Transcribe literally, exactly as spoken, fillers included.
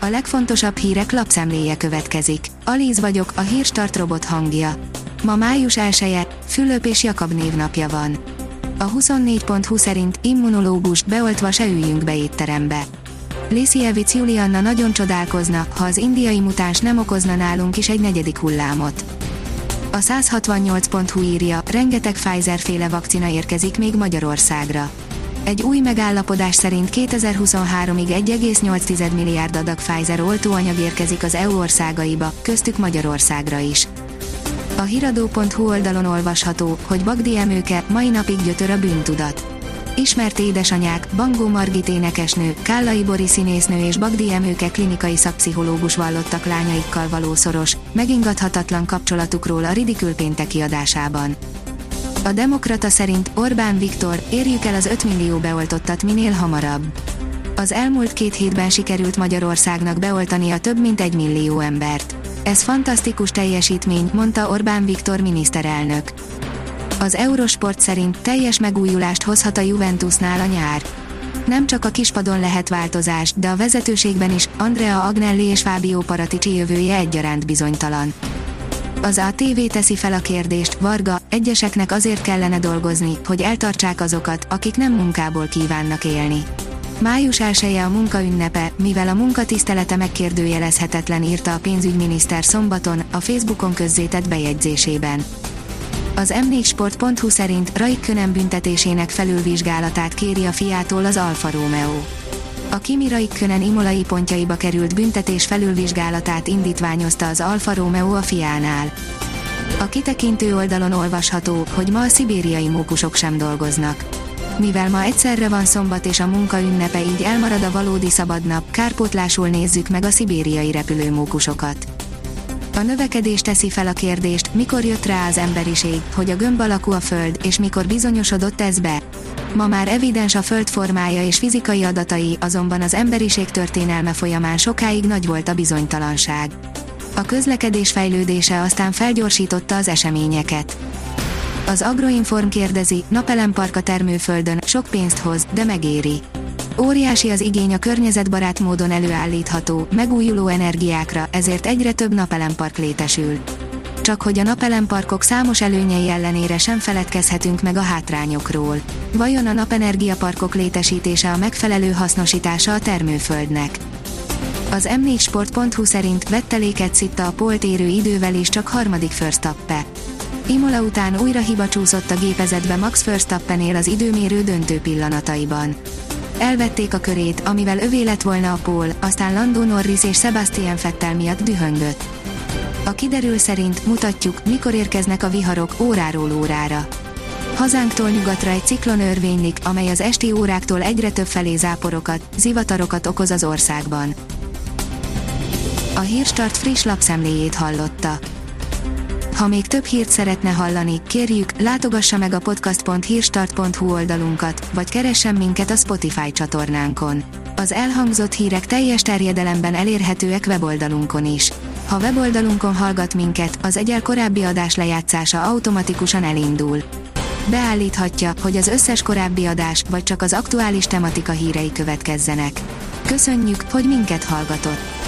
A legfontosabb hírek lapszemléje következik. Alíz vagyok, a Hírstart robot hangja. Ma május elseje, Fülöp és Jakab névnapja van. A huszonnégy pont hu szerint immunológus, beoltva se üljünk be étterembe. Lisiewicz Julianna nagyon csodálkozna, ha az indiai mutáns nem okozna nálunk is egy negyedik hullámot. A száz hatvannyolc pont hu írja, rengeteg Pfizer-féle vakcina érkezik még Magyarországra. Egy új megállapodás szerint kétezer-huszonháromig egy egész nyolc milliárd adag Pfizer oltóanyag érkezik az é u országaiba, köztük Magyarországra is. A hiradó pont hu oldalon olvasható, hogy Bagdi Emőke, mai napig gyötör a bűntudat. Ismert édesanyák, Bangó Margit énekesnő, Kállai Bori színésznő és Bagdi Emőke klinikai szakpszichológus vallottak lányaikkal való szoros, megingathatatlan kapcsolatukról a Ridikül pénteki adásában. A Demokrata szerint Orbán Viktor, érjük el az öt millió beoltottat minél hamarabb. Az elmúlt két hétben sikerült Magyarországnak beoltani a több mint egy millió embert. Ez fantasztikus teljesítmény, mondta Orbán Viktor miniszterelnök. Az Eurosport szerint teljes megújulást hozhat a Juventusnál a nyár. Nem csak a kispadon lehet változás, de a vezetőségben is, Andrea Agnelli és Fábio Paratici jövője egyaránt bizonytalan. Az á té vé teszi fel a kérdést, Varga, egyeseknek azért kellene dolgozni, hogy eltartsák azokat, akik nem munkából kívánnak élni. Május elseje a munka ünnepe, mivel a munka tisztelete megkérdőjelezhetetlen, írta a pénzügyminiszter szombaton, a Facebookon közzétett bejegyzésében. Az em négy sport pont hu szerint Raikkonen büntetésének felülvizsgálatát kéri a fiától az Alfa Romeo. A Kimi Raikkonen imolai pontjaiba került büntetés felülvizsgálatát indítványozta az Alfa Romeo a fiánál. A kitekintő oldalon olvasható, hogy ma a szibériai mókusok sem dolgoznak. Mivel ma egyszerre van szombat és a munka ünnepe, így elmarad a valódi szabadnap, kárpótlásul nézzük meg a szibériai repülőmókusokat. A növekedés teszi fel a kérdést, mikor jött rá az emberiség, hogy a gömb alakú a Föld, és mikor bizonyosodott ez be. Ma már evidens a Föld formája és fizikai adatai, azonban az emberiség történelme folyamán sokáig nagy volt a bizonytalanság. A közlekedés fejlődése aztán felgyorsította az eseményeket. Az Agroinform kérdezi, napelempark a termőföldön, sok pénzt hoz, de megéri. Óriási az igény a környezetbarát módon előállítható, megújuló energiákra, ezért egyre több napelempark létesül. Csak hogy a napelemparkok számos előnyei ellenére sem feledkezhetünk meg a hátrányokról. Vajon a napenergiaparkok létesítése a megfelelő hasznosítása a termőföldnek? Az em négy sport pont hu szerint Vetteléket szitta a polt érő idővel is csak harmadik Verstappen. Imola után újra hiba csúszott a gépezetbe Max Verstappenél az időmérő döntő pillanataiban. Elvették a körét, amivel övé lett volna a pól, aztán Lando Norris és Sebastian Vettel miatt dühöngött. A kiderül szerint mutatjuk, mikor érkeznek a viharok, óráról órára. Hazánktól nyugatra egy ciklon örvénylik, amely az esti óráktól egyre több felé záporokat, zivatarokat okoz az országban. A Hírstart friss lapszemléjét hallotta. Ha még több hírt szeretne hallani, kérjük, látogassa meg a podcast pont hírstart pont hu oldalunkat, vagy keressen minket a Spotify csatornánkon. Az elhangzott hírek teljes terjedelemben elérhetőek weboldalunkon is. Ha weboldalunkon hallgat minket, az egyel korábbi adás lejátszása automatikusan elindul. Beállíthatja, hogy az összes korábbi adás, vagy csak az aktuális tematika hírei következzenek. Köszönjük, hogy minket hallgatott!